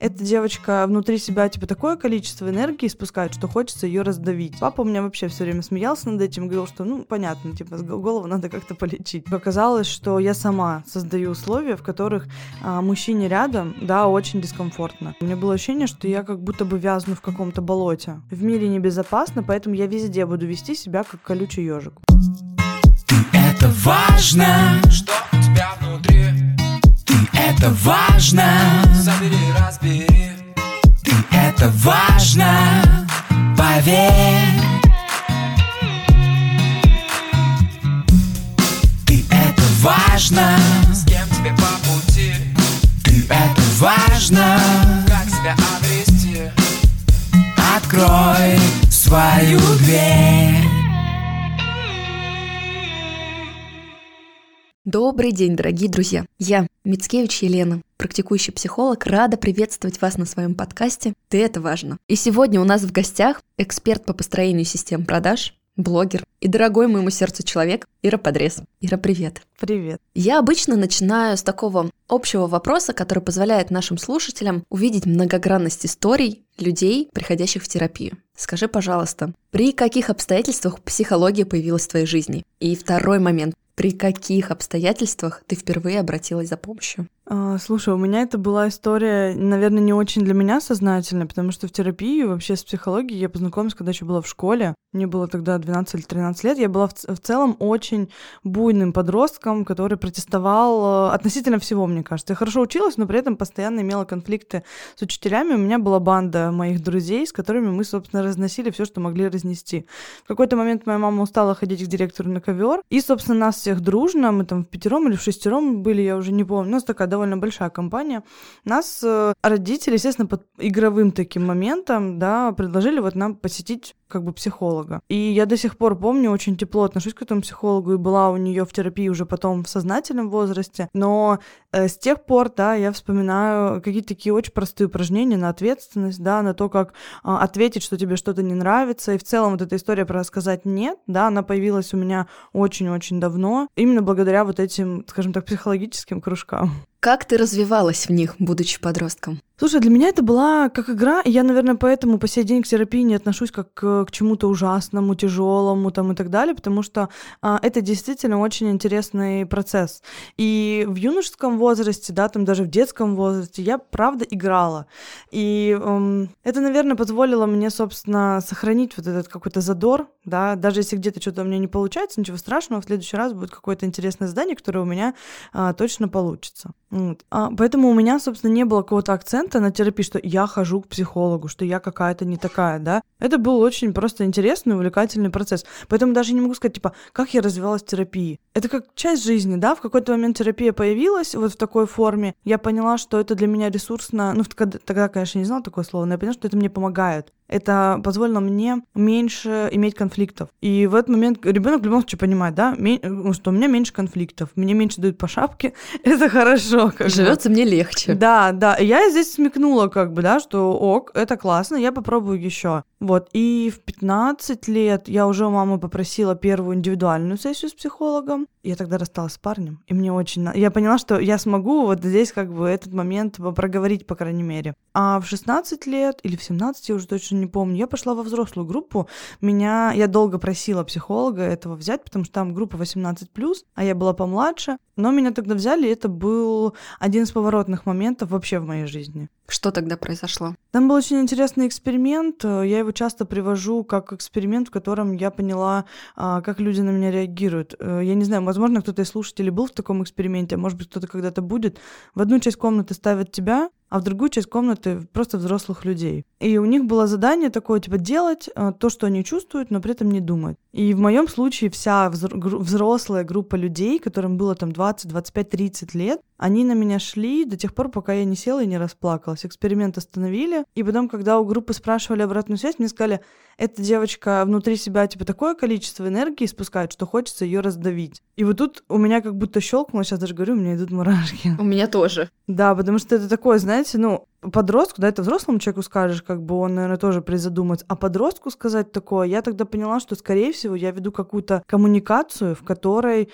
Эта девочка внутри себя типа такое количество энергии спускает, что хочется ее раздавить. Папа у меня вообще все время смеялся над этим, говорил, что понятно, типа голову надо как-то полечить. Оказалось, что я сама создаю условия, в которых мужчине рядом, да, очень дискомфортно. У меня было ощущение, что я как будто бы вязну в каком-то болоте. В мире небезопасно, поэтому я везде буду вести себя как колючий ежик. Это важно, что у тебя внутри. Это важно, забери, разбери. Это важно, поверь. Это важно, с кем тебе по пути. Это важно, как себя обрести. Открой свою дверь. Добрый день, дорогие друзья! Я, Мицкевич Елена, практикующий психолог, рада приветствовать вас на своем подкасте «Ты – это важно». И сегодня у нас в гостях эксперт по построению систем продаж, блогер и дорогой моему сердцу человек Ира Подрез. Ира, привет! Привет! Я обычно начинаю с такого общего вопроса, который позволяет нашим слушателям увидеть многогранность историй людей, приходящих в терапию. Скажи, пожалуйста, при каких обстоятельствах психология появилась в твоей жизни? И второй момент. При каких обстоятельствах ты впервые обратилась за помощью? Слушай, у меня это была история, наверное, не очень для меня сознательная, потому что в терапии, вообще с психологией я познакомилась, когда еще была в школе. Мне было тогда 12 или 13 лет. Я была в целом очень буйным подростком, который протестовал относительно всего, мне кажется. Я хорошо училась, но при этом постоянно имела конфликты с учителями. У меня была банда моих друзей, с которыми мы, собственно, разносили все, что могли разнести. В какой-то момент моя мама устала ходить к директору на ковер, и, собственно, нас всех дружно, мы там в 5 или в 6 были, я уже не помню, у нас такая довольно большая компания. Нас родители, естественно, под игровым таким моментом, да, предложили вот нам посетить как бы психолога. И я до сих пор помню, очень тепло отношусь к этому психологу, и была у нее в терапии уже потом в сознательном возрасте, но с тех пор, да, я вспоминаю какие-то такие очень простые упражнения на ответственность, да, на то, как ответить, что тебе что-то не нравится, и в целом вот эта история про сказать «нет», да, она появилась у меня очень-очень давно, именно благодаря вот этим, скажем так, психологическим кружкам. Как ты развивалась в них, будучи подростком? Слушай, для меня это была как игра, и я, наверное, поэтому по сей день к терапии не отношусь как к чему-то ужасному, тяжелому там и так далее, потому что это действительно очень интересный процесс. И в юношеском возрасте, да, там даже в детском возрасте я, правда, играла. И это, наверное, позволило мне, собственно, сохранить вот этот какой-то задор, да, даже если где-то что-то у меня не получается, ничего страшного, в следующий раз будет какое-то интересное задание, которое у меня точно получится. Вот. Поэтому у меня, собственно, не было какого-то акцента на терапии, что я хожу к психологу, что я какая-то не такая, да. Это был очень просто интересный, увлекательный процесс. Поэтому даже не могу сказать, типа, как я развивалась в терапии. Это как часть жизни, да, в какой-то момент терапия появилась вот в такой форме. Я поняла, что это для меня ресурсно, тогда, конечно, не знала такое слово, но я поняла, что это мне помогает. Это позволило мне меньше иметь конфликтов. И в этот момент ребенок в любом случае понимает, да, что у меня меньше конфликтов, мне меньше дают по шапке, это хорошо. Живется мне легче. Да, и я здесь смекнула, как бы, да, что ок, это классно, я попробую еще. Вот, и в 15 лет я уже у мамы попросила первую индивидуальную сессию с психологом. Я тогда рассталась с парнем, и мне очень... Я поняла, что я смогу вот здесь как бы этот момент проговорить, по крайней мере. А в 16 лет или в 17, я уже точно не помню, я пошла во взрослую группу. Я долго просила психолога этого взять, потому что там группа 18+, а я была помладше. Но меня тогда взяли, и это был один из поворотных моментов вообще в моей жизни. Что тогда произошло? Там был очень интересный эксперимент. Я его часто привожу как эксперимент, в котором я поняла, как люди на меня реагируют. Я не знаю, возможно, кто-то из слушателей был в таком эксперименте, а может быть, кто-то когда-то будет. В одну часть комнаты ставят тебя, а в другую часть комнаты просто взрослых людей. И у них было задание такое, типа, делать то, что они чувствуют, но при этом не думать. И в моем случае вся взрослая группа людей, которым было там 20, 25, 30 лет, они на меня шли до тех пор, пока я не села и не расплакалась. Эксперимент остановили, и потом, когда у группы спрашивали обратную связь, мне сказали, эта девочка внутри себя типа такое количество энергии спускает, что хочется ее раздавить. И вот тут у меня как будто щелкнуло, сейчас даже говорю, у меня идут мурашки. У меня тоже. Да, потому что это такое, знаете, подростку, да, это взрослому человеку скажешь, как бы он, наверное, тоже призадумается, а подростку сказать такое, я тогда поняла, что, скорее всего, я веду какую-то коммуникацию, в которой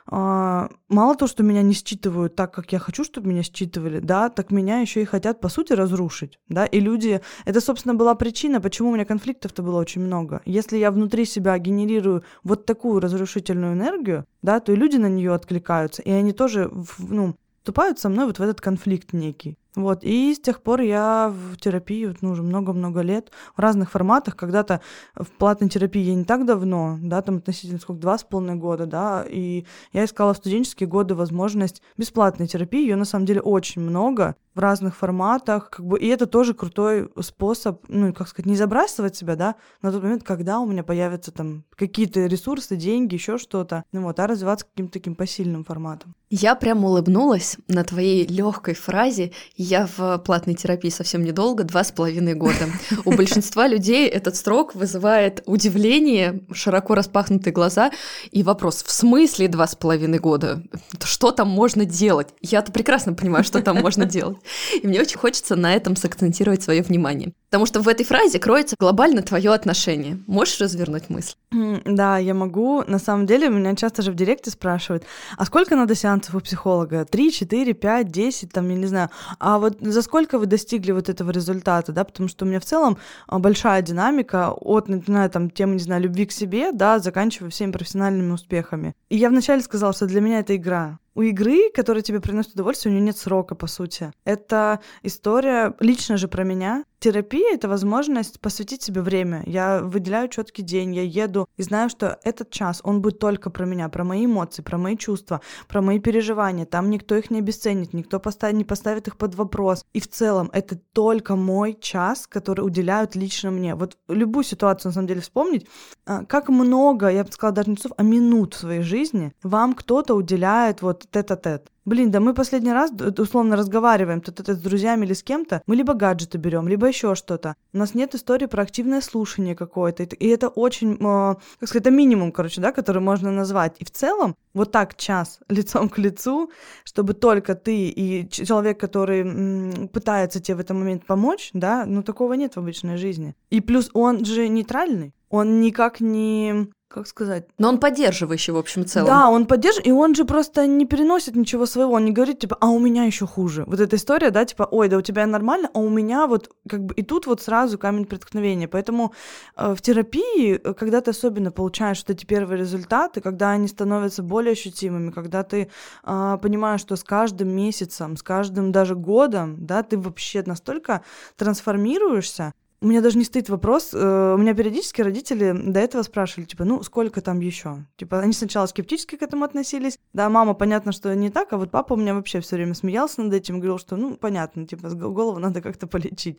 мало того, что меня не считывают так, как я хочу, чтобы меня считывали, да, так меня еще и хотят, по сути, разрушить, да, и люди... Это, собственно, была причина, почему у меня конфликтов-то было очень много. Если я внутри себя генерирую вот такую разрушительную энергию, да, то и люди на нее откликаются, и они тоже, вступают со мной вот в этот конфликт некий. Вот, и с тех пор я в терапии уже много-много лет в разных форматах. Когда-то в платной терапии я не так давно, да, там относительно 2,5 года, да, и я искала в студенческие годы возможность бесплатной терапии. Ее на самом деле очень много в разных форматах, и это тоже крутой способ, не забрасывать себя, да, на тот момент, когда у меня появятся там какие-то ресурсы, деньги, еще что-то, а развиваться каким-то таким посильным форматом. Я прям улыбнулась на твоей легкой фразе. Я в платной терапии совсем недолго, 2,5 года. У большинства людей этот срок вызывает удивление, широко распахнутые глаза и вопрос: в смысле 2,5 года? Что там можно делать? Я-то прекрасно понимаю, что там можно делать. И мне очень хочется на этом сакцентировать свое внимание. Потому что в этой фразе кроется глобально твое отношение. Можешь развернуть мысль? Да, я могу. На самом деле, меня часто же в директе спрашивают: а сколько надо сеансов у психолога? 3, 4, 5, 10, там, я не знаю. А вот за сколько вы достигли вот этого результата, да? Потому что у меня в целом большая динамика от, начиная там темы, не знаю, любви к себе, да, заканчивая всеми профессиональными успехами. И я вначале сказала, что для меня это игра. У игры, которая тебе приносит удовольствие, у нее нет срока, по сути. Это история лично же про меня. Терапия — это возможность посвятить себе время. Я выделяю четкий день, я еду и знаю, что этот час, он будет только про меня, про мои эмоции, про мои чувства, про мои переживания. Там никто их не обесценит, никто не поставит их под вопрос. И в целом это только мой час, который уделяют лично мне. Вот любую ситуацию, на самом деле, вспомнить, как много, я бы сказала, даже не часов, а минут в своей жизни вам кто-то уделяет тет-а-тет. Блин, да мы последний раз условно разговариваем тет-а-тет с друзьями или с кем-то, мы либо гаджеты берем, либо еще что-то. У нас нет истории про активное слушание какое-то. И это очень, это минимум, да, который можно назвать. И в целом вот так час лицом к лицу, чтобы только ты и человек, который пытается тебе в этот момент помочь, да, такого нет в обычной жизни. И плюс он же нейтральный, он никак не... Как сказать? Но он поддерживающий, в общем, целом. Да, он поддерживает, и он же просто не переносит ничего своего, он не говорит, а у меня еще хуже. Вот эта история, да, ой, да у тебя нормально, а у меня и тут сразу камень преткновения. Поэтому в терапии, когда ты особенно получаешь эти первые результаты, когда они становятся более ощутимыми, когда ты понимаешь, что с каждым месяцем, с каждым даже годом, да, ты вообще настолько трансформируешься. У меня даже не стоит вопрос, у меня периодически родители до этого спрашивали, сколько там еще? Они сначала скептически к этому относились, да, мама, понятно, что не так, а вот папа у меня вообще все время смеялся над этим, говорил, что, понятно, голову надо как-то полечить.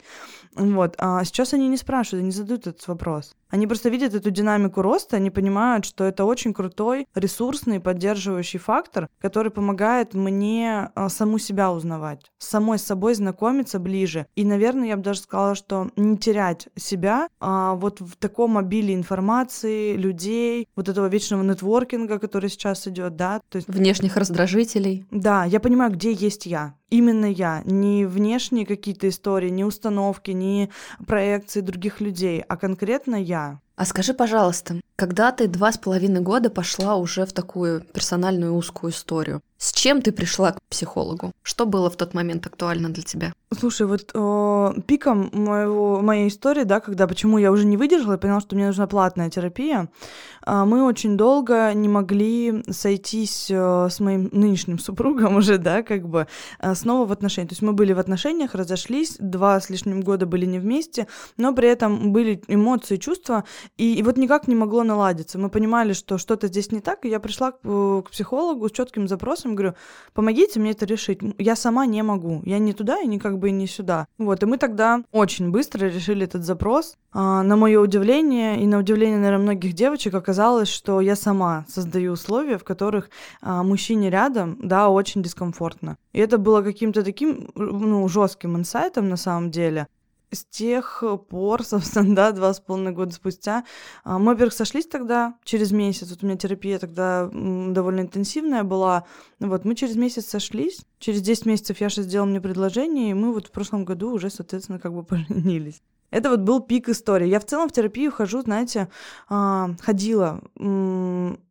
А сейчас они не спрашивают, они задают этот вопрос. Они просто видят эту динамику роста, они понимают, что это очень крутой, ресурсный, поддерживающий фактор, который помогает мне саму себя узнавать, с самой собой знакомиться ближе. И, наверное, я бы даже сказала, что не терять себя в таком обилии информации, людей, этого вечного нетворкинга, который сейчас идет, да. То есть... Внешних раздражителей. Да, я понимаю, где есть я. Именно я. Не внешние какие-то истории, не установки, не проекции других людей, а конкретно я. А скажи, пожалуйста, когда ты 2,5 года пошла уже в такую персональную узкую историю, с чем ты пришла к психологу? Что было в тот момент актуально для тебя? Слушай, пиком моей истории, да, почему я уже не выдержала и поняла, что мне нужна платная терапия, мы очень долго не могли сойтись с моим нынешним супругом уже, да, снова в отношениях. То есть мы были в отношениях, разошлись, 2 с лишним года были не вместе, но при этом были эмоции, чувства, и никак не могло наладиться. Мы понимали, что что-то здесь не так, и я пришла к психологу с четким запросом, говорю, помогите мне это решить. Я сама не могу. Я не туда и и не сюда. И мы тогда очень быстро решили этот запрос. На мое удивление и на удивление, наверное, многих девочек оказалось, что я сама создаю условия, в которых мужчине рядом, да, очень дискомфортно. И это было каким-то таким, жестким инсайтом на самом деле. С тех пор, собственно, да, 2,5 года спустя, мы, во-первых, сошлись тогда через месяц. У меня терапия тогда довольно интенсивная была. Мы через месяц сошлись. Через 10 месяцев Яша сделал мне предложение, и мы в прошлом году уже, соответственно, поженились. Это был пик истории. Я в целом в терапию хожу, знаете, ходила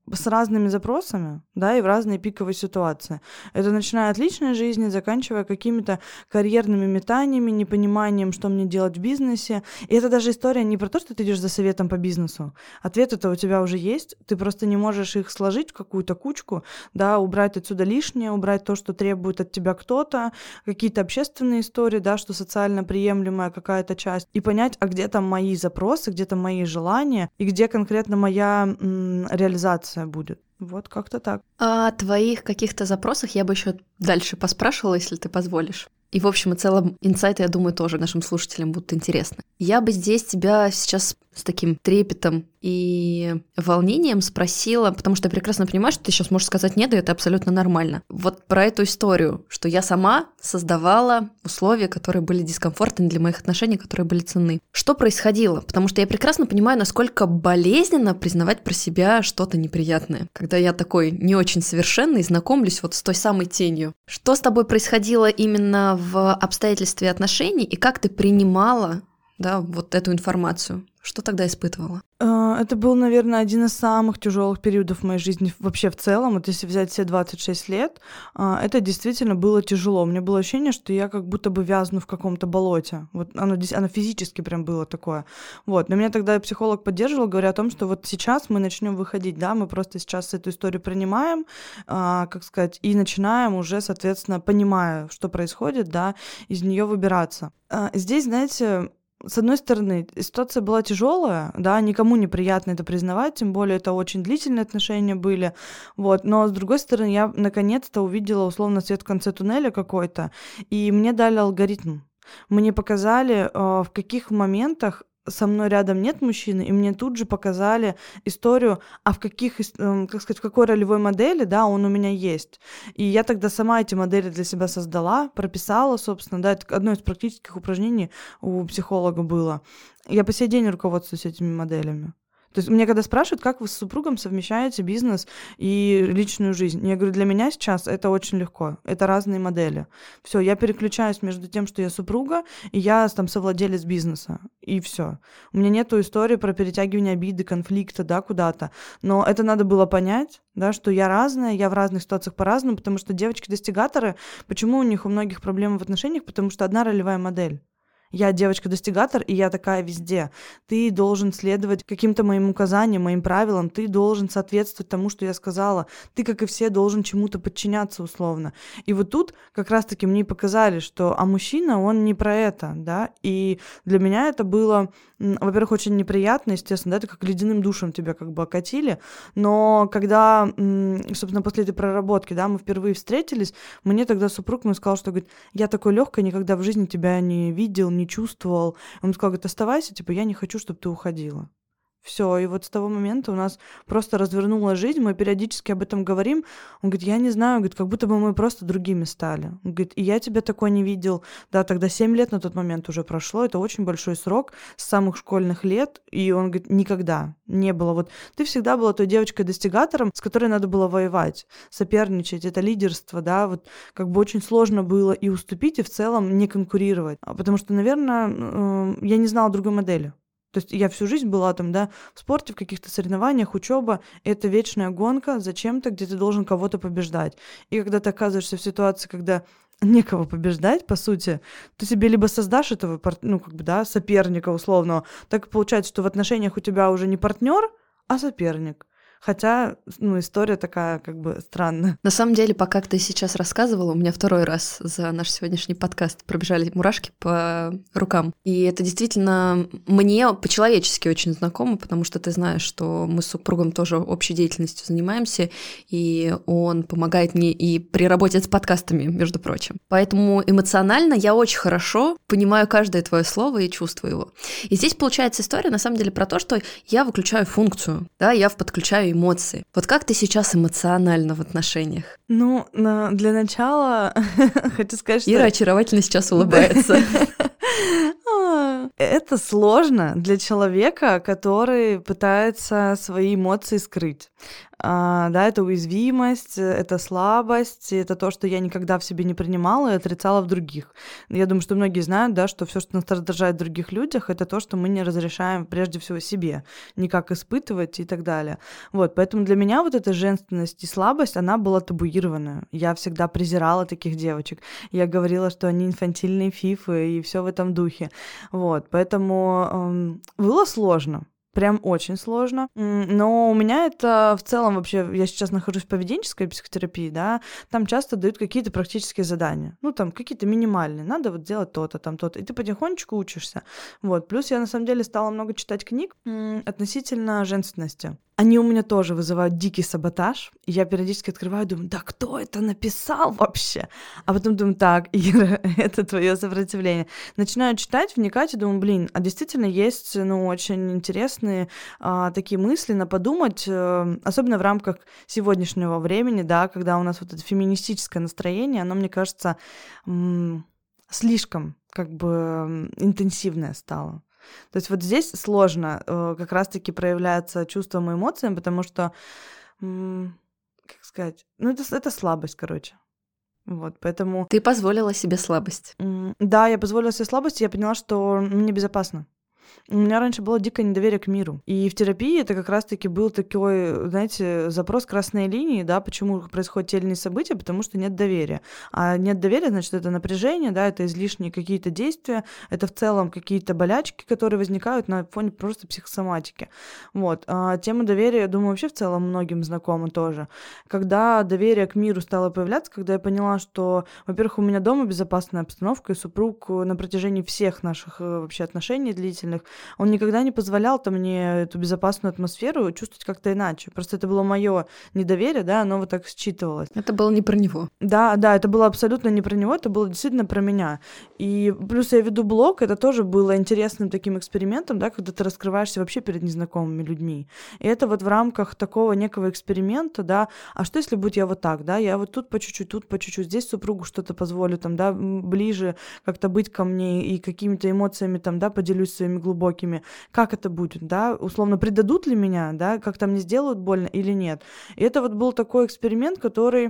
с разными запросами, да, и в разные пиковые ситуации. Это начиная от личной жизни, заканчивая какими-то карьерными метаниями, непониманием, что мне делать в бизнесе. И это даже история не про то, что ты идешь за советом по бизнесу. Ответы-то у тебя уже есть, ты просто не можешь их сложить в какую-то кучку, да, убрать отсюда лишнее, убрать то, что требует от тебя кто-то, какие-то общественные истории, да, что социально приемлемая какая-то часть, и понять, а где там мои запросы, где там мои желания, и где конкретно моя реализация будет. Вот как-то так. О твоих каких-то запросах я бы еще дальше поспрашивала, если ты позволишь. И, в общем и целом, инсайты, я думаю, тоже нашим слушателям будут интересны. Я бы здесь тебя сейчас с таким трепетом и волнением спросила, потому что я прекрасно понимаю, что ты сейчас можешь сказать нет, и это абсолютно нормально. Вот про эту историю, что я сама создавала условия, которые были дискомфортны для моих отношений, которые были ценны. Что происходило? Потому что я прекрасно понимаю, насколько болезненно признавать про себя что-то неприятное. Когда я такой не очень совершенный, знакомлюсь вот с той самой тенью. Что с тобой происходило именно в обстоятельстве отношений, и как ты принимала, да, вот эту информацию? Что тогда испытывала? Это был, наверное, один из самых тяжелых периодов в моей жизни вообще в целом. Вот если взять все 26 лет, это действительно было тяжело. У меня было ощущение, что я как будто бы вязну в каком-то болоте. Вот оно физически прям было такое. Вот. Но меня тогда психолог поддерживал, говоря о том, что вот сейчас мы начнем выходить, да, мы просто сейчас эту историю принимаем, как сказать, и начинаем уже, соответственно, понимая, что происходит, да, из нее выбираться. Здесь, знаете, с одной стороны, ситуация была тяжелая, да, никому неприятно это признавать, тем более это очень длительные отношения были, вот, но с другой стороны, я наконец-то увидела условно свет в конце туннеля какой-то, и мне дали алгоритм, мне показали, в каких моментах со мной рядом нет мужчины, и мне тут же показали историю, а в каких, как сказать, в какой ролевой модели, да, он у меня есть. И я тогда сама эти модели для себя создала, прописала, собственно, да, это одно из практических упражнений у психолога было. Я по сей день руководствуюсь этими моделями. То есть мне когда спрашивают, как вы с супругом совмещаете бизнес и личную жизнь, я говорю, для меня сейчас это очень легко, это разные модели. Все, я переключаюсь между тем, что я супруга, и я там совладелец бизнеса, и все. У меня нету истории про перетягивание обиды, конфликта, да, куда-то. Но это надо было понять, да, что я разная, я в разных ситуациях по-разному, потому что девочки-достигаторы, почему у них у многих проблемы в отношениях, потому что одна ролевая модель. Я девочка-достигатор, и я такая везде. Ты должен следовать каким-то моим указаниям, моим правилам, ты должен соответствовать тому, что я сказала. Ты, как и все, должен чему-то подчиняться условно. И вот тут как раз-таки мне показали, что мужчина, он не про это, да, и для меня это было, во-первых, очень неприятно, естественно, да, это как ледяным душем тебя как бы окатили, но когда, собственно, после этой проработки, да, мы впервые встретились, мне тогда супруг мне сказал, что, говорит, я такой легкой, никогда в жизни тебя не видел, не чувствовал. Он сказал, говорит, оставайся, типа, я не хочу, чтобы ты уходила. Все, и вот с того момента у нас просто развернулась жизнь, мы периодически об этом говорим. Он говорит, я не знаю, говорит, как будто бы мы просто другими стали. Он говорит, и я тебя такой не видел. Да, тогда 7 лет на тот момент уже прошло, это очень большой срок с самых школьных лет, и он говорит, никогда не было. Вот ты всегда была той девочкой-достигатором, с которой надо было воевать, соперничать, это лидерство, да, вот как бы очень сложно было и уступить, и в целом не конкурировать, потому что, наверное, я не знала другой модели. То есть я всю жизнь была там, да, в спорте, в каких-то соревнованиях, учеба. Это вечная гонка зачем-то, где ты должен кого-то побеждать. И когда ты оказываешься в ситуации, когда некого побеждать, по сути, ты себе либо создашь этого, ну, как бы, да, соперника условного, так получается, что в отношениях у тебя уже не партнер, а соперник. Хотя, ну, история такая, как бы, странная. На самом деле, пока ты сейчас рассказывала, у меня второй раз за наш сегодняшний подкаст пробежали мурашки по рукам. И это действительно мне по-человечески очень знакомо, потому что ты знаешь, что мы с супругом тоже общей деятельностью занимаемся, и он помогает мне и при работе с подкастами, между прочим. Поэтому эмоционально я очень хорошо понимаю каждое твое слово и чувствую его. И здесь получается история, на самом деле, про то, что я выключаю функцию, да, я подключаю эмоции. Вот как ты сейчас эмоционально в отношениях? Ну, для начала хочу сказать, что... Ира очаровательно сейчас улыбается. Это сложно для человека, который пытается свои эмоции скрыть. Да, это уязвимость, это слабость, это то, что я никогда в себе не принимала и отрицала в других. Я думаю, что многие знают, да, что все, что нас раздражает в других людях, это то, что мы не разрешаем прежде всего себе никак испытывать и так далее. Вот, поэтому для меня вот эта женственность и слабость, она была табуированная. Я всегда презирала таких девочек. Я говорила, что они инфантильные фифы и все в этом духе. Вот, поэтому было сложно. Прям очень сложно. Но у меня это в целом вообще... Я сейчас нахожусь в поведенческой психотерапии, да, там часто дают какие-то практические задания. Ну, там какие-то минимальные. Надо вот делать то-то, там то-то. И ты потихонечку учишься. Вот. Плюс я, на самом деле, стала много читать книг относительно женственности. Они у меня тоже вызывают дикий саботаж. И я периодически открываю, думаю, да кто это написал вообще? А потом думаю, так, Ира, это твое сопротивление. Начинаю читать, вникать и думаю, блин, а действительно есть, ну, очень интересные такие мысли на подумать, особенно в рамках сегодняшнего времени, да, когда у нас вот это феминистическое настроение, оно, мне кажется, слишком как бы интенсивное стало. То есть вот здесь сложно как раз-таки проявляться чувством и эмоциями, потому что, как сказать, ну это слабость, короче. Вот, поэтому... Ты позволила себе слабость. Да, я позволила себе слабость, и я поняла, что мне безопасно. У меня раньше было дикое недоверие к миру. И в терапии это как раз-таки был такой, знаете, запрос красной линии, да, почему происходят те или иные события, потому что нет доверия. А нет доверия, значит, это напряжение, да, это излишние какие-то действия, это в целом какие-то болячки, которые возникают на фоне просто психосоматики. Вот. А тема доверия, я думаю, вообще в целом многим знакома тоже. Когда доверие к миру стало появляться, когда я поняла, что, во-первых, у меня дома безопасная обстановка, и супруг на протяжении всех наших вообще отношений длительных, он никогда не позволял мне эту безопасную атмосферу чувствовать как-то иначе. Просто это было мое недоверие, да, оно вот так считывалось. Это было не про него. Да, это было абсолютно не про него, это было действительно про меня. И плюс я веду блог, это тоже было интересным таким экспериментом, да, когда ты раскрываешься вообще перед незнакомыми людьми. И это вот в рамках такого некого эксперимента, да, а что если будь я вот так, да, я вот тут по чуть-чуть, здесь супругу что-то позволю, там, да, ближе как-то быть ко мне и какими-то эмоциями, там, да, поделюсь своими глубокими, как это будет, да, условно, предадут ли меня, да, как-то мне сделают больно или нет. И это вот был такой эксперимент, который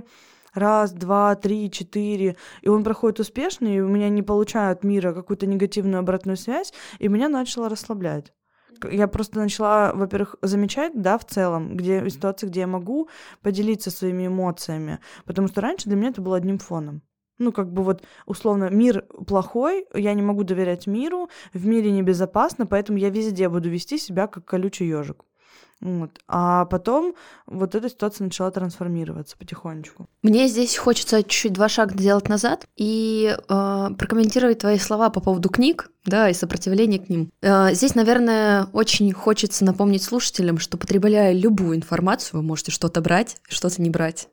1, 2, 3, 4, и он проходит успешно, и у меня не получают мира какую-то негативную обратную связь, и меня начало расслаблять. Я просто начала, во-первых, замечать, да, в целом, где ситуации, где я могу поделиться своими эмоциями, потому что раньше для меня это было одним фоном. Ну, как бы вот, условно, мир плохой, я не могу доверять миру, в мире небезопасно, поэтому я везде буду вести себя как колючий ежик. Вот. А потом вот эта ситуация начала трансформироваться потихонечку. Мне здесь хочется чуть-чуть 2 шага сделать назад и прокомментировать твои слова по поводу книг, да, и сопротивления к ним. Здесь, наверное, очень хочется напомнить слушателям, что, потребляя любую информацию, вы можете что-то брать, что-то не брать,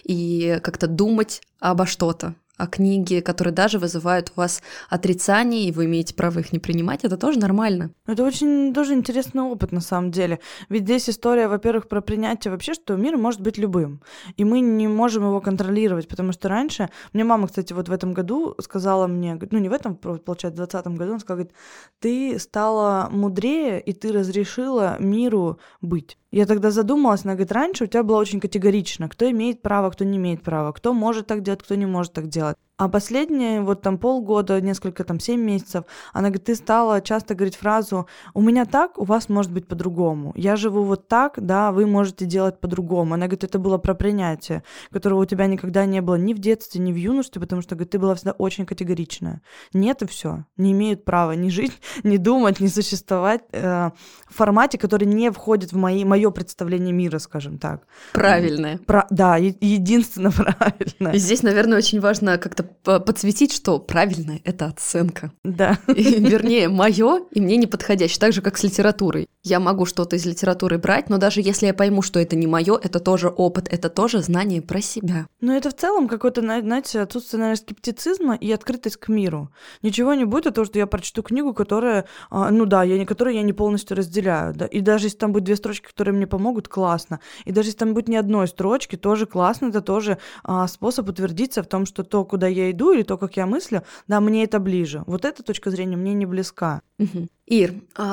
и как-то думать обо что-то. А книги, которые даже вызывают у вас отрицание, и вы имеете право их не принимать, это тоже нормально. Это очень тоже интересный опыт, на самом деле. Ведь здесь история, во-первых, про принятие вообще, что мир может быть любым, и мы не можем его контролировать, потому что раньше... Мне мама, кстати, вот в этом году сказала мне, ну не в этом, получается, в 2020 году, она сказала, говорит, ты стала мудрее, и ты разрешила миру быть. Я тогда задумалась, она говорит, раньше у тебя было очень категорично, кто имеет право, кто не имеет права, кто может так делать, кто не может так делать. А последние вот там полгода, несколько там 7 месяцев, она говорит, ты стала часто говорить фразу «у меня так, у вас может быть по-другому, я живу вот так, да, вы можете делать по-другому». Она говорит, это было про принятие, которого у тебя никогда не было ни в детстве, ни в юношестве, потому что, говорит, ты была всегда очень категоричная. Нет, и все, не имеют права ни жить, ни думать, ни существовать в формате, который не входит в мое представление мира, скажем так. Правильное. Да, единственно правильное. И здесь, наверное, очень важно как-то подсветить, что правильное — это оценка. Да. Вернее, мое и мне не подходящее, так же, как с литературой. Я могу что-то из литературы брать, но даже если я пойму, что это не мое, это тоже опыт, это тоже знание про себя. Но это в целом какое-то, знаете, отсутствие, наверное, скептицизма и открытость к миру. Ничего не будет от того, что я прочту книгу, которая, которую я не полностью разделяю. Да? И даже если там будет 2 строчки, которые мне помогут, классно. И даже если там будет ни одной строчки, тоже классно. Это тоже способ утвердиться в том, что то, куда я иду, или то, как я мыслю, да, мне это ближе. Вот эта точка зрения мне не близка. Ир,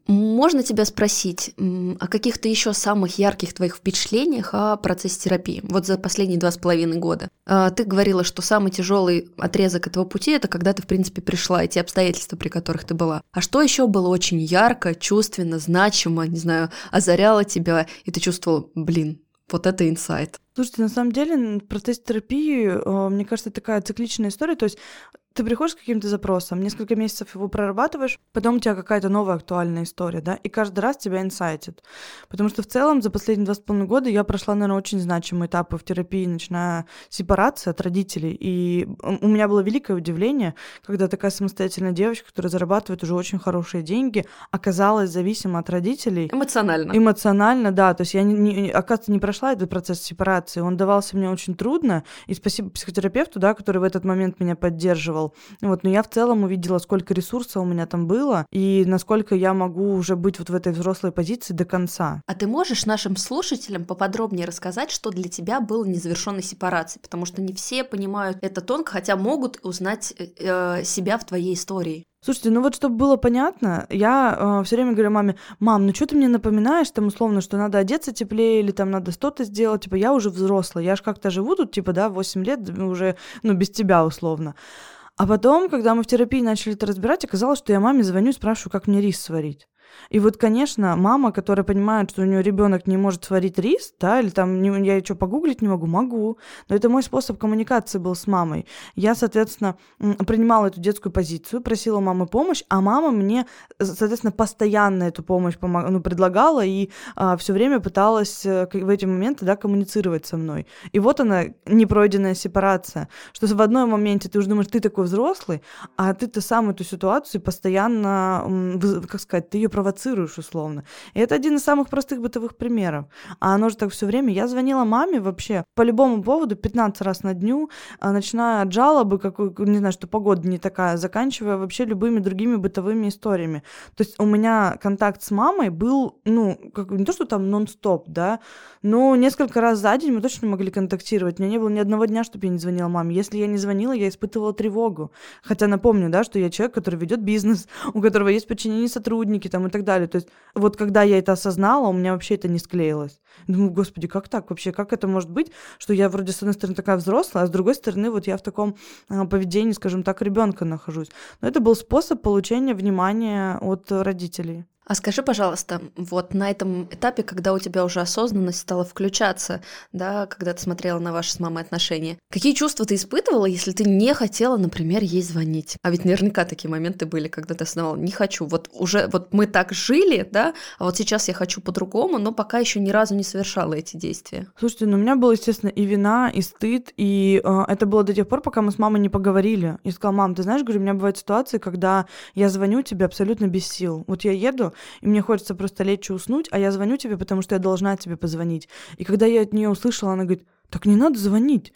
можно тебя спросить о каких-то еще самых ярких твоих впечатлениях о процессе терапии? Вот за последние 2,5 года. Ты говорила, что самый тяжелый отрезок этого пути — это когда ты, в принципе, пришла, и те обстоятельства, при которых ты была. А что еще было очень ярко, чувственно, значимо, не знаю, озаряло тебя, и ты чувствовала, блин, вот это инсайт? Слушайте, на самом деле в процессе терапии, мне кажется, такая цикличная история, то есть ты приходишь с каким-то запросом, несколько месяцев его прорабатываешь, потом у тебя какая-то новая актуальная история, да, и каждый раз тебя инсайтит. Потому что в целом за последние 2,5 года я прошла, наверное, очень значимые этапы в терапии, начиная с сепарации от родителей. И у меня было великое удивление, когда такая самостоятельная девочка, которая зарабатывает уже очень хорошие деньги, оказалась зависима от родителей. Эмоционально. Эмоционально, да. То есть я, оказывается, не прошла этот процесс сепарации. Он давался мне очень трудно. И спасибо психотерапевту, да, который в этот момент меня поддерживал. Вот, но я в целом увидела, сколько ресурсов у меня там было и насколько я могу уже быть вот в этой взрослой позиции до конца. А ты можешь нашим слушателям поподробнее рассказать, что для тебя было незавершенной сепарацией? Потому что не все понимают это тонко, хотя могут узнать себя в твоей истории. Слушайте, ну вот чтобы было понятно, я все время говорю маме: мам, ну что ты мне напоминаешь, там условно, что надо одеться теплее или там надо что-то сделать, типа я уже взрослая, я ж как-то живу тут, типа, да, 8 лет уже, ну, без тебя условно. А потом, когда мы в терапии начали это разбирать, оказалось, что я маме звоню и спрашиваю, как мне рис сварить. И вот, конечно, мама, которая понимает, что у нее ребенок не может сварить рис, да, или там я что, погуглить не могу, но это мой способ коммуникации был с мамой. Я, соответственно, принимала эту детскую позицию, просила у мамы помощь, а мама мне, соответственно, постоянно эту помощь предлагала и все время пыталась в эти моменты, да, коммуницировать со мной. И вот она, непройденная сепарация, что в одном моменте ты уже думаешь, ты такой взрослый, а ты-то сам эту ситуацию постоянно, как сказать, ты ее провоцируешь условно. И это один из самых простых бытовых примеров. А оно же так все время. Я звонила маме вообще по любому поводу 15 раз на дню, начиная от жалобы, не знаю, что погода не такая, заканчивая вообще любыми другими бытовыми историями. То есть у меня контакт с мамой был, не то, что там нон-стоп, да, но несколько раз за день мы точно могли контактировать. У меня не было ни одного дня, чтобы я не звонила маме. Если я не звонила, я испытывала тревогу. Хотя напомню, да, что я человек, который ведет бизнес, у которого есть подчинение сотрудники там и так далее. То есть вот когда я это осознала, у меня вообще это не склеилось. Думаю, господи, как так вообще? Как это может быть, что я вроде с одной стороны такая взрослая, а с другой стороны вот я в таком поведении, скажем так, ребенка нахожусь. Но это был способ получения внимания от родителей. А скажи, пожалуйста, вот на этом этапе, когда у тебя уже осознанность стала включаться, да, когда ты смотрела на ваши с мамой отношения, какие чувства ты испытывала, если ты не хотела, например, ей звонить? А ведь наверняка такие моменты были, когда ты осознавала: не хочу, вот уже вот мы так жили, да, а вот сейчас я хочу по-другому, но пока еще ни разу не совершала эти действия. Слушайте, у меня было, естественно, и вина, и стыд, и это было до тех пор, пока мы с мамой не поговорили. И сказала: мам, ты знаешь, говорю, у меня бывают ситуации, когда я звоню тебе абсолютно без сил. Вот я еду, и мне хочется просто лечь и уснуть, а я звоню тебе, потому что я должна тебе позвонить. И когда я от нее услышала, она говорит: так не надо звонить.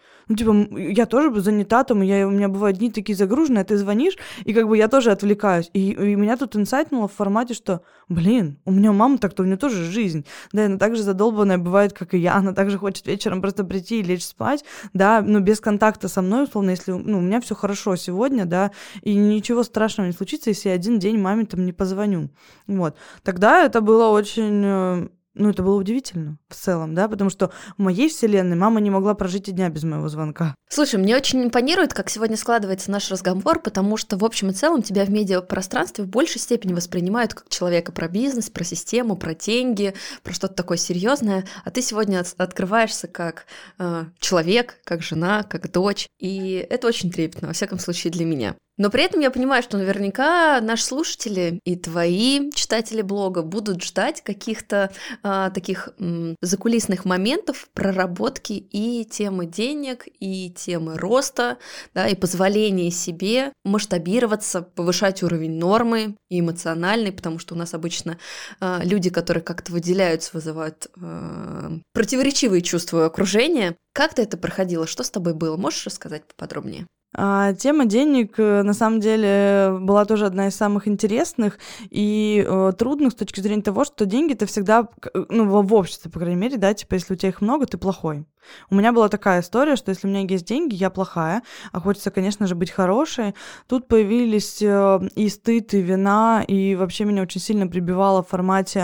Я тоже занята там, у меня бывают дни такие загруженные, а ты звонишь, и я тоже отвлекаюсь. И меня тут инсайтнуло в формате, что, у меня мама так-то, у нее тоже жизнь. Да, она так же задолбанная бывает, как и я, она также хочет вечером просто прийти и лечь спать, да, но без контакта со мной, условно, если, у меня все хорошо сегодня, да, и ничего страшного не случится, если я один день маме там не позвоню. Вот. Тогда это было очень... это было удивительно в целом, да, потому что в моей вселенной мама не могла прожить и дня без моего звонка. Слушай, мне очень импонирует, как сегодня складывается наш разговор, потому что в общем и целом тебя в медиапространстве в большей степени воспринимают как человека про бизнес, про систему, про деньги, про что-то такое серьезное, а ты сегодня открываешься как человек, как жена, как дочь, и это очень трепетно, во всяком случае для меня. Но при этом я понимаю, что наверняка наши слушатели и твои читатели блога будут ждать каких-то таких закулисных моментов проработки и темы денег, и темы роста, да, и позволения себе масштабироваться, повышать уровень нормы и эмоциональный, потому что у нас обычно люди, которые как-то выделяются, вызывают противоречивые чувства окружения. Как ты это проходила? Что с тобой было? Можешь рассказать поподробнее? Тема денег, на самом деле, была тоже одна из самых интересных и трудных с точки зрения того, что деньги — это всегда, ну, в обществе, по крайней мере, да, типа, если у тебя их много, ты плохой. У меня была такая история, что если у меня есть деньги, я плохая, а хочется, конечно же, быть хорошей. Тут появились и стыд, и вина, и вообще меня очень сильно прибивало в формате,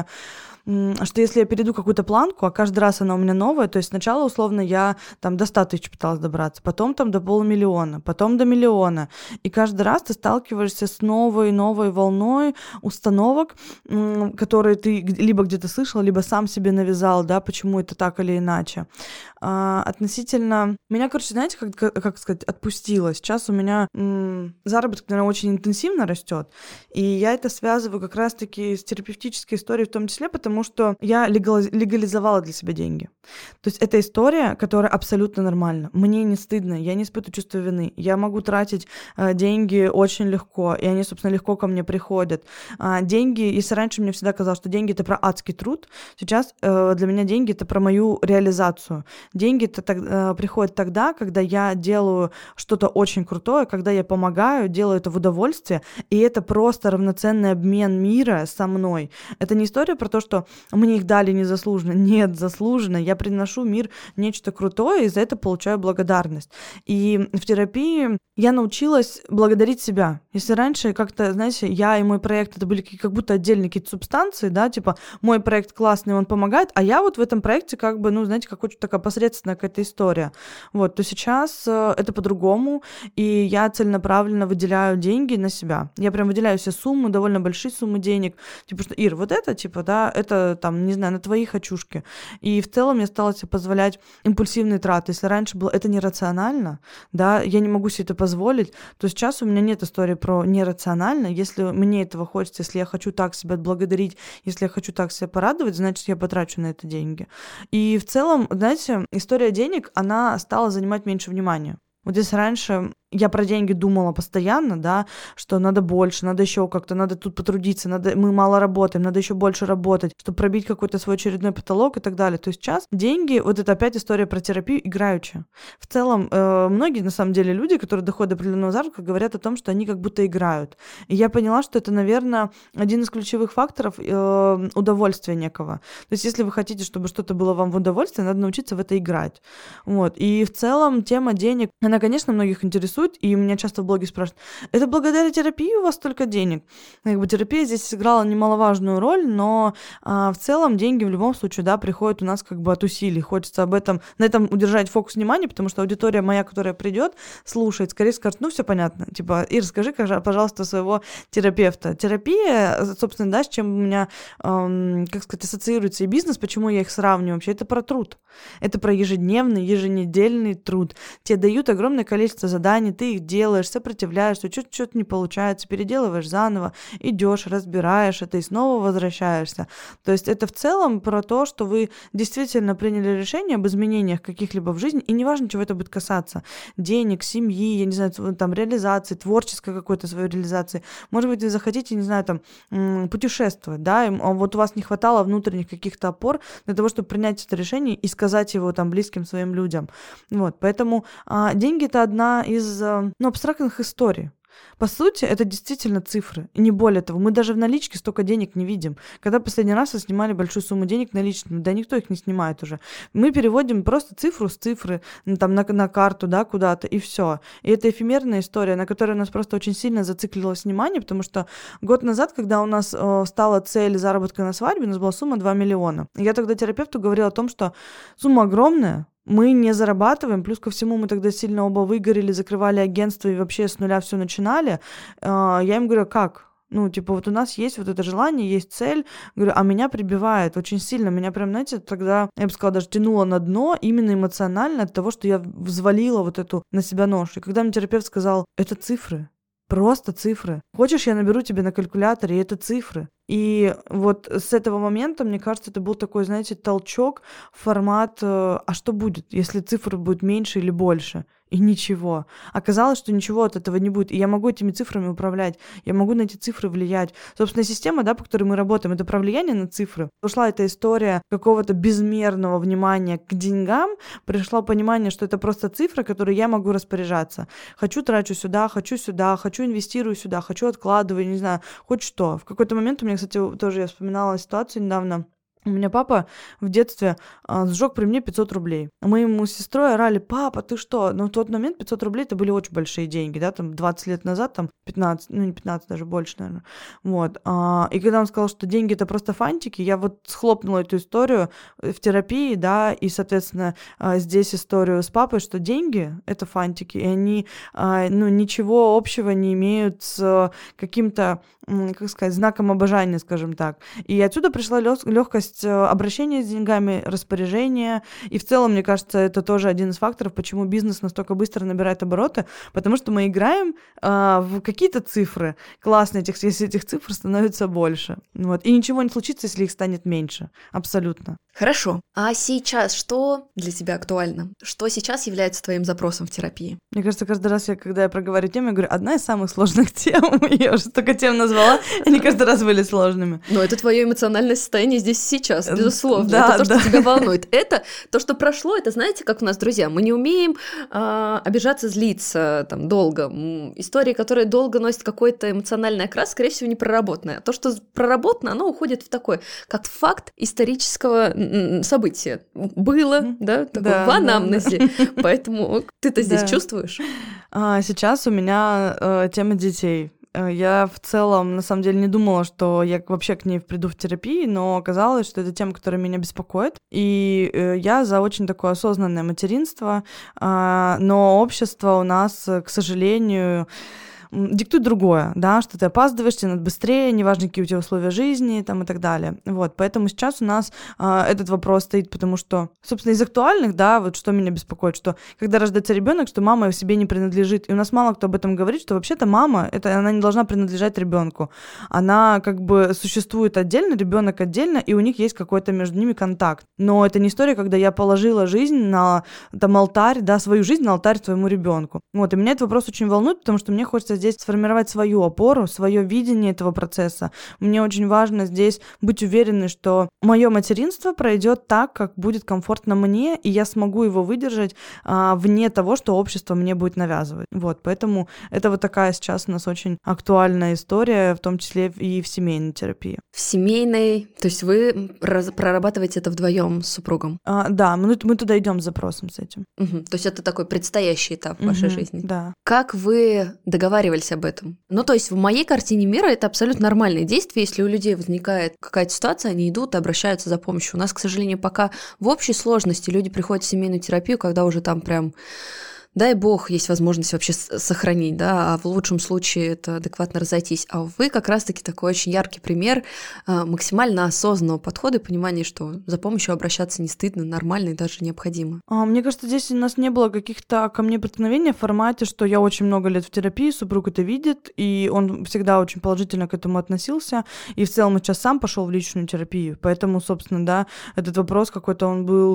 что если я перейду какую-то планку, а каждый раз она у меня новая, то есть сначала, условно, я там до 100 тысяч пыталась добраться, потом там до 500 000, потом до 1 миллиона, и каждый раз ты сталкиваешься с новой волной установок, которые ты либо где-то слышал, либо сам себе навязал, да, почему это так или иначе. Относительно... Меня, короче, знаете, как сказать, отпустило. Сейчас у меня заработок, наверное, очень интенсивно растет, и я это связываю как раз-таки с терапевтической историей в том числе, потому что я легализовала для себя деньги. То есть это история, которая абсолютно нормальна. Мне не стыдно, я не испытываю чувство вины. Я могу тратить деньги очень легко, и они, собственно, легко ко мне приходят. Деньги, если раньше мне всегда казалось, что деньги — это про адский труд, сейчас для меня деньги — это про мою реализацию. Деньги приходят тогда, когда я делаю что-то очень крутое, когда я помогаю, делаю это в удовольствие, и это просто равноценный обмен мира со мной. Это не история про то, что мне их дали незаслуженно. Нет, заслуженно. Я приношу в мир нечто крутое, и за это получаю благодарность. И в терапии я научилась благодарить себя. Если раньше как-то, знаете, я и мой проект — это были как будто отдельные какие-то субстанции, да, типа мой проект классный, он помогает, а я вот в этом проекте как бы, ну, знаете, как очень такая посредственная какая-то история. Вот, то сейчас это по-другому, и я целенаправленно выделяю деньги на себя. Я прям выделяю себе сумму, довольно большие суммы денег. Типа, что, Ир, вот это, типа, да, это там, не знаю, на твои хочушки. И в целом я стала себе позволять импульсивные траты. Если раньше было это нерационально, да, я не могу себе это позволить, то сейчас у меня нет истории про нерационально. Если мне этого хочется, если я хочу так себя отблагодарить, если я хочу так себя порадовать, значит, я потрачу на это деньги. И в целом, знаете, история денег, она стала занимать меньше внимания. Вот если раньше я про деньги думала постоянно, да, что надо больше, надо еще как-то, надо тут потрудиться, мы мало работаем, надо еще больше работать, чтобы пробить какой-то свой очередной потолок и так далее. То есть сейчас деньги, вот это опять история про терапию играючи. В целом, многие, на самом деле, люди, которые доходят до определенного заработка, говорят о том, что они как будто играют. И я поняла, что это, наверное, один из ключевых факторов удовольствия некого. То есть если вы хотите, чтобы что-то было вам в удовольствие, надо научиться в это играть. Вот. И в целом тема денег, она, конечно, многих интересует, и меня часто в блоге спрашивают, это благодаря терапии у вас столько денег? Как бы терапия здесь сыграла немаловажную роль, но в целом деньги в любом случае, да, приходят у нас как бы от усилий. Хочется на этом удержать фокус внимания, потому что аудитория моя, которая придет, слушает, скорее скажет, ну, все понятно. Типа, Ир, скажи, пожалуйста, своего терапевта. Терапия, собственно, да, с чем у меня, как сказать, ассоциируется и бизнес, почему я их сравниваю вообще, это про труд. Это про ежедневный, еженедельный труд. Тебе дают огромное количество заданий, ты их делаешь, сопротивляешься, что-то не получается, переделываешь заново, идешь, разбираешь это и снова возвращаешься. То есть это в целом про то, что вы действительно приняли решение об изменениях каких-либо в жизни, и неважно, чего это будет касаться. Денег, семьи, я не знаю, там, реализации, творческой какой-то своей реализации. Может быть, вы захотите, не знаю, там, путешествовать, да, а вот у вас не хватало внутренних каких-то опор для того, чтобы принять это решение и сказать его там близким своим людям. Вот, поэтому деньги — это одна из абстрактных историй. По сути, это действительно цифры, и не более того. Мы даже в наличке столько денег не видим. Когда последний раз вы снимали большую сумму денег наличными, да никто их не снимает уже. Мы переводим просто цифру с цифры там, на карту, да, куда-то, и все. И это эфемерная история, на которой у нас просто очень сильно зациклилось внимание, потому что год назад, когда у нас стала цель заработка на свадьбе, у нас была сумма 2 миллиона. Я тогда терапевту говорила о том, что сумма огромная, мы не зарабатываем, плюс ко всему мы тогда сильно оба выгорели, закрывали агентство и вообще с нуля все начинали. Я им говорю, как? Ну, типа, вот у нас есть вот это желание, есть цель, говорю, а меня прибивает очень сильно, меня прям, знаете, тогда, я бы сказала, даже тянуло на дно именно эмоционально от того, что я взвалила вот эту на себя нож. И когда мне терапевт сказал, это цифры, просто цифры. Хочешь, я наберу тебе на калькуляторе, и это цифры. И вот с этого момента, мне кажется, это был такой, знаете, толчок в формат, а что будет, если цифр будет меньше или больше? И ничего. Оказалось, что ничего от этого не будет. И я могу этими цифрами управлять. Я могу на эти цифры влиять. Собственно, система, да, по которой мы работаем, это про влияние на цифры. Ушла эта история какого-то безмерного внимания к деньгам. Пришло понимание, что это просто цифра, которой я могу распоряжаться. Хочу трачу сюда, хочу инвестирую сюда, хочу откладываю, не знаю, хоть что. В какой-то момент у меня, кстати, тоже я вспоминала ситуацию недавно. У меня папа в детстве сжег при мне 500 рублей. Мы ему с сестрой орали: папа, ты что? Но в тот момент 500 рублей это были очень большие деньги, да, там 20 лет назад, там 15, ну не 15, даже больше, наверное. Вот. И когда он сказал, что деньги это просто фантики, я вот схлопнула эту историю в терапии, да, и, соответственно, здесь историю с папой, что деньги это фантики, и они, ну, ничего общего не имеют с каким-то, как сказать, знаком обожания, скажем так. И отсюда пришла легкость обращения с деньгами, распоряжения. И в целом, мне кажется, это тоже один из факторов, почему бизнес настолько быстро набирает обороты, потому что мы играем в какие-то цифры. Классно, если этих цифр становится больше. Вот. И ничего не случится, если их станет меньше. Абсолютно. Хорошо. А сейчас что для тебя актуально? Что сейчас является твоим запросом в терапии? Мне кажется, каждый раз, когда я проговариваю тему, я говорю, одна из самых сложных тем. Я уже столько тем назвала, они каждый раз были сложными. Но это твое эмоциональное состояние здесь сейчас, безусловно. Да, это то, что тебя волнует. Это то, что прошло, это, знаете, как у нас, друзья, мы не умеем обижаться, злиться там долго. Истории, которые долго носят какой-то эмоциональный окрас, скорее всего, не проработанное. То, что проработано, оно уходит в такой, как факт исторического события. Было, да, такое в анамнезе. Да. Поэтому ты-то здесь чувствуешь? Сейчас у меня тема детей. Я в целом, на самом деле, не думала, что я вообще к ней приду в терапии, но оказалось, что это тема, которая меня беспокоит. И я за очень такое осознанное материнство, но общество у нас, к сожалению, диктует другое, да, что ты опаздываешь, тебе надо быстрее, неважно, какие у тебя условия жизни там, и так далее. Вот, поэтому сейчас у нас этот вопрос стоит, потому что, собственно, из актуальных, да, вот что меня беспокоит, что когда рождается ребенок, что мама себе не принадлежит, и у нас мало кто об этом говорит, что вообще-то мама, она не должна принадлежать ребенку, она как бы существует отдельно, ребенок отдельно, и у них есть какой-то между ними контакт. Но это не история, когда я положила жизнь на там алтарь, да, свою жизнь на алтарь своему ребенку. Вот, и меня этот вопрос очень волнует, потому что мне хочется здесь сформировать свою опору, свое видение этого процесса. Мне очень важно здесь быть уверенной, что мое материнство пройдет так, как будет комфортно мне, и я смогу его выдержать вне того, что общество мне будет навязывать. Вот, поэтому это вот такая сейчас у нас очень актуальная история, в том числе и в семейной терапии. В семейной, то есть вы прорабатываете это вдвоем с супругом? Да, мы туда идем с запросом с этим. Угу. То есть это такой предстоящий этап в вашей жизни. Да. Как вы договаривались об этом? Ну, то есть в моей картине мира это абсолютно нормальное действие. Если у людей возникает какая-то ситуация, они идут и обращаются за помощью. У нас, к сожалению, пока в общей сложности люди приходят в семейную терапию, когда уже там прям, дай бог, есть возможность вообще сохранить, да, а в лучшем случае это адекватно разойтись. А вы как раз-таки такой очень яркий пример максимально осознанного подхода и понимания, что за помощью обращаться не стыдно, нормально и даже необходимо. Мне кажется, здесь у нас не было каких-то ко мне преткновений в формате, что я очень много лет в терапии, супруг это видит, и он всегда очень положительно к этому относился, и в целом сейчас сам пошел в личную терапию, поэтому, собственно, да, этот вопрос какой-то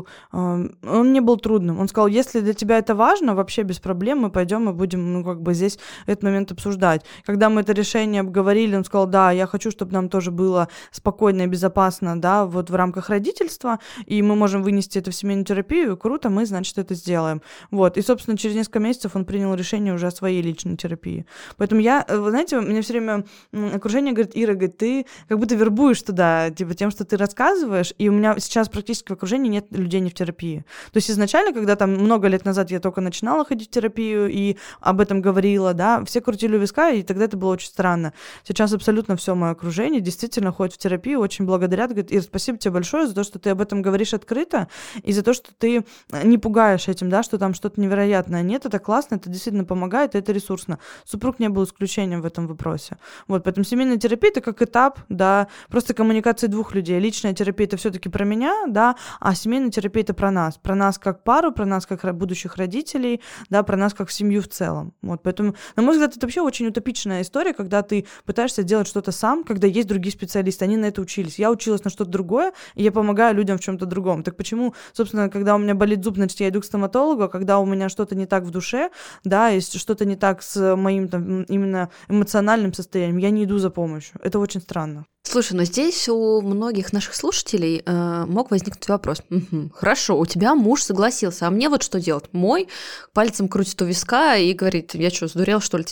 он не был трудным. Он сказал, если для тебя это важно, вообще без проблем, мы пойдем и будем, ну, как бы здесь этот момент обсуждать. Когда мы это решение обговорили, он сказал, да, я хочу, чтобы нам тоже было спокойно и безопасно, да, вот в рамках родительства, и мы можем вынести это в семейную терапию, круто, мы, значит, это сделаем. Вот, и, собственно, через несколько месяцев он принял решение уже о своей личной терапии. Поэтому вы знаете, мне все время окружение говорит, Ира, говорит, ты как будто вербуешь туда, типа, тем, что ты рассказываешь, и у меня сейчас практически в окружении нет людей не в терапии. То есть изначально, когда там много лет назад я только начинала ходить в терапию и об этом говорила, да, все крутили у виска, и тогда это было очень странно. Сейчас абсолютно все мое окружение действительно ходит в терапию, очень благодарят, говорит, Ир, спасибо тебе большое за то, что ты об этом говоришь открыто, и за то, что ты не пугаешь этим, да, что там что-то невероятное. Нет, это классно, это действительно помогает, и это ресурсно. Супруг не был исключением в этом вопросе. Вот, поэтому семейная терапия — это как этап, да, просто коммуникации двух людей. Личная терапия — это все-таки про меня, да, а семейная терапия — это про нас как пару, про нас как будущих родителей, да, про нас как семью в целом. Вот, поэтому, на мой взгляд, это вообще очень утопичная история, когда ты пытаешься делать что-то сам, когда есть другие специалисты, они на это учились. Я училась на что-то другое, и я помогаю людям в чем-то другом. Так почему, собственно, когда у меня болит зуб, значит, я иду к стоматологу, а когда у меня что-то не так в душе, да, есть что-то не так с моим там именно эмоциональным состоянием, я не иду за помощью. Это очень странно. Слушай, но здесь у многих наших слушателей мог возникнуть вопрос. Хорошо, у тебя муж согласился, а мне вот что делать? Мой пальцем крутит у виска и говорит, я что, сдурел, что ли,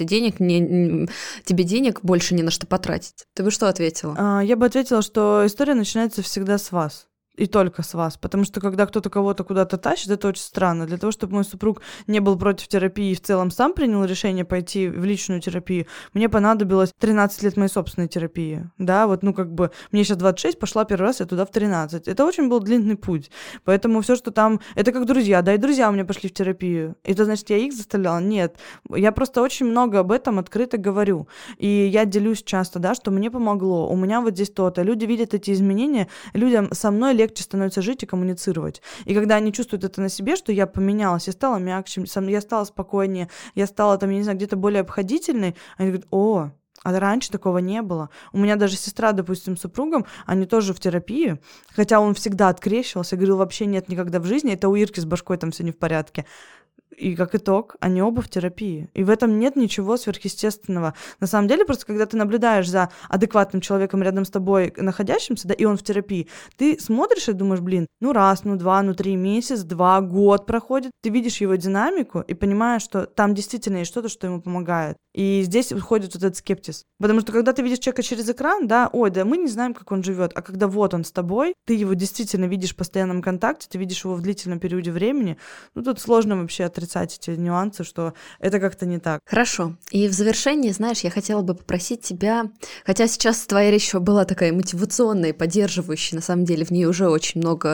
тебе денег больше не на что потратить? Ты бы что ответила? Я бы ответила, что история начинается всегда с вас. И только с вас, потому что когда кто-то кого-то куда-то тащит, это очень странно. Для того, чтобы мой супруг не был против терапии и в целом сам принял решение пойти в личную терапию, мне понадобилось 13 лет моей собственной терапии, да, вот, мне сейчас 26, пошла первый раз я туда в 13. Это очень был длинный путь, поэтому все, что там, это как друзья, да, и друзья у меня пошли в терапию. Это значит, я их заставляла? Нет. Я просто очень много об этом открыто говорю, и я делюсь часто, да, что мне помогло, у меня вот здесь то-то. Люди видят эти изменения, людям со мной легче становится жить и коммуницировать. И когда они чувствуют это на себе, что я поменялась, я стала мягче, я стала спокойнее, я стала там, я не знаю, где-то более обходительной, они говорят, а раньше такого не было. У меня даже сестра, допустим, с супругом, они тоже в терапии, хотя он всегда открещивался, говорил, вообще нет никогда в жизни, это у Ирки с башкой там все не в порядке. И как итог, они оба в терапии. И в этом нет ничего сверхъестественного. На самом деле, просто когда ты наблюдаешь за адекватным человеком рядом с тобой, находящимся, да, и он в терапии, ты смотришь и думаешь, раз, 2, 3, месяц, 2, год проходит, ты видишь его динамику и понимаешь, что там действительно есть что-то, что ему помогает. И здесь уходит вот этот скептиз. Потому что когда ты видишь человека через экран, да, мы не знаем, как он живет, а когда вот он с тобой, ты его действительно видишь в постоянном контакте, ты видишь его в длительном периоде времени, тут сложно вообще отрицать эти нюансы, что это как-то не так. Хорошо. И в завершении, знаешь, я хотела бы попросить тебя, хотя сейчас твоя речь была такая мотивационная и поддерживающая, на самом деле в ней уже очень много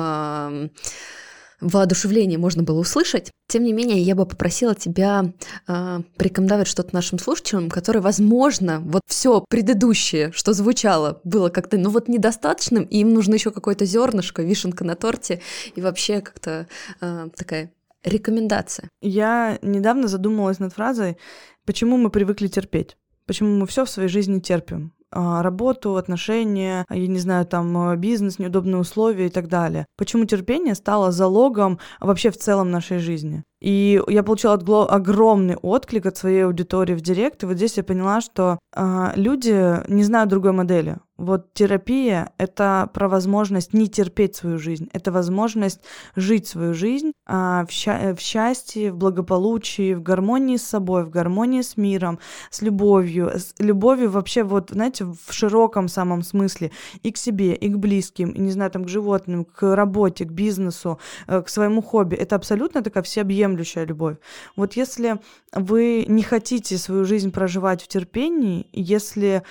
воодушевления можно было услышать. Тем не менее, я бы попросила тебя порекомендовать что-то нашим слушателям, которые, возможно, вот все предыдущее, что звучало, было как-то, недостаточным, и им нужно еще какое-то зернышко, вишенка на торте, и вообще как-то такая рекомендация. Я недавно задумалась над фразой, почему мы привыкли терпеть, почему мы все в своей жизни терпим. Работу, отношения, я не знаю, там бизнес, неудобные условия и так далее. Почему терпение стало залогом вообще в целом нашей жизни? И я получила огромный отклик от своей аудитории в директ, и вот здесь я поняла, что люди не знают другой модели. Вот терапия — это про возможность не терпеть свою жизнь, это возможность жить свою жизнь в счастье, в благополучии, в гармонии с собой, в гармонии с миром, с любовью вообще, знаете, в широком самом смысле, и к себе, и к близким, и, не знаю, там, к животным, к работе, к бизнесу, к своему хобби. Это абсолютно такая всеобъемлющая любовь. Вот если вы не хотите свою жизнь проживать в терпении, если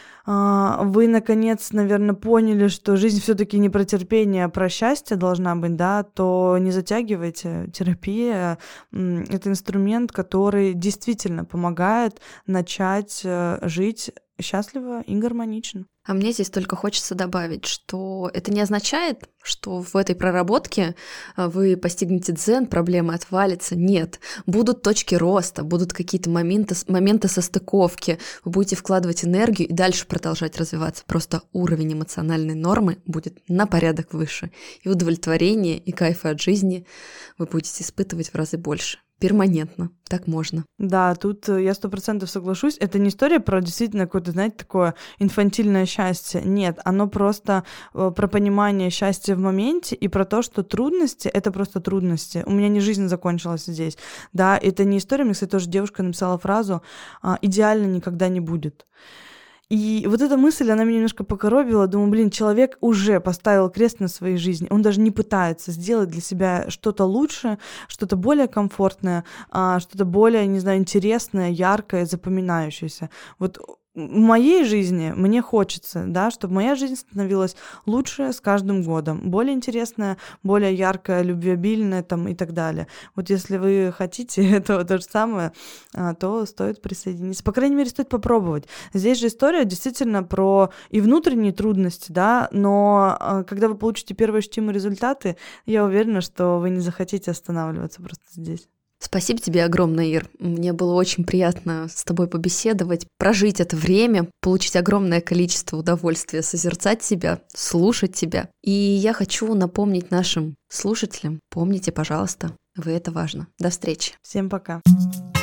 вы, наконец, наверное, поняли, что жизнь все-таки не про терпение, а про счастье должна быть, да, то не затягивайте. Терапия — это инструмент, который действительно помогает начать жить счастливо и гармонично. А мне здесь только хочется добавить, что это не означает, что в этой проработке вы постигнете дзен, проблемы отвалятся. Нет. Будут точки роста, будут какие-то моменты состыковки. Вы будете вкладывать энергию и дальше продолжать развиваться. Просто уровень эмоциональной нормы будет на порядок выше. И удовлетворение, и кайфа от жизни вы будете испытывать в разы больше. Перманентно. Так можно. Да, тут я 100% соглашусь. Это не история про действительно какое-то, знаете, такое инфантильное счастье. Нет, оно просто про понимание счастья в моменте и про то, что трудности — это просто трудности. У меня не жизнь закончилась здесь. Да, это не история. Мне, кстати, тоже девушка написала фразу «идеально никогда не будет». И вот эта мысль, она меня немножко покоробила. Думаю, человек уже поставил крест на своей жизни. Он даже не пытается сделать для себя что-то лучше, что-то более комфортное, что-то более, не знаю, интересное, яркое, запоминающееся. Вот в моей жизни мне хочется, да, чтобы моя жизнь становилась лучше с каждым годом, более интересная, более яркая, любвеобильная там, и так далее. Вот если вы хотите этого то же самое, то стоит присоединиться. По крайней мере, стоит попробовать. Здесь же история действительно про и внутренние трудности, да, но когда вы получите первые ощутимые результаты, я уверена, что вы не захотите останавливаться просто здесь. Спасибо тебе огромное, Ир. Мне было очень приятно с тобой побеседовать, прожить это время, получить огромное количество удовольствия, созерцать тебя, слушать тебя. И я хочу напомнить нашим слушателям, помните, пожалуйста, вы это важно. До встречи. Всем пока.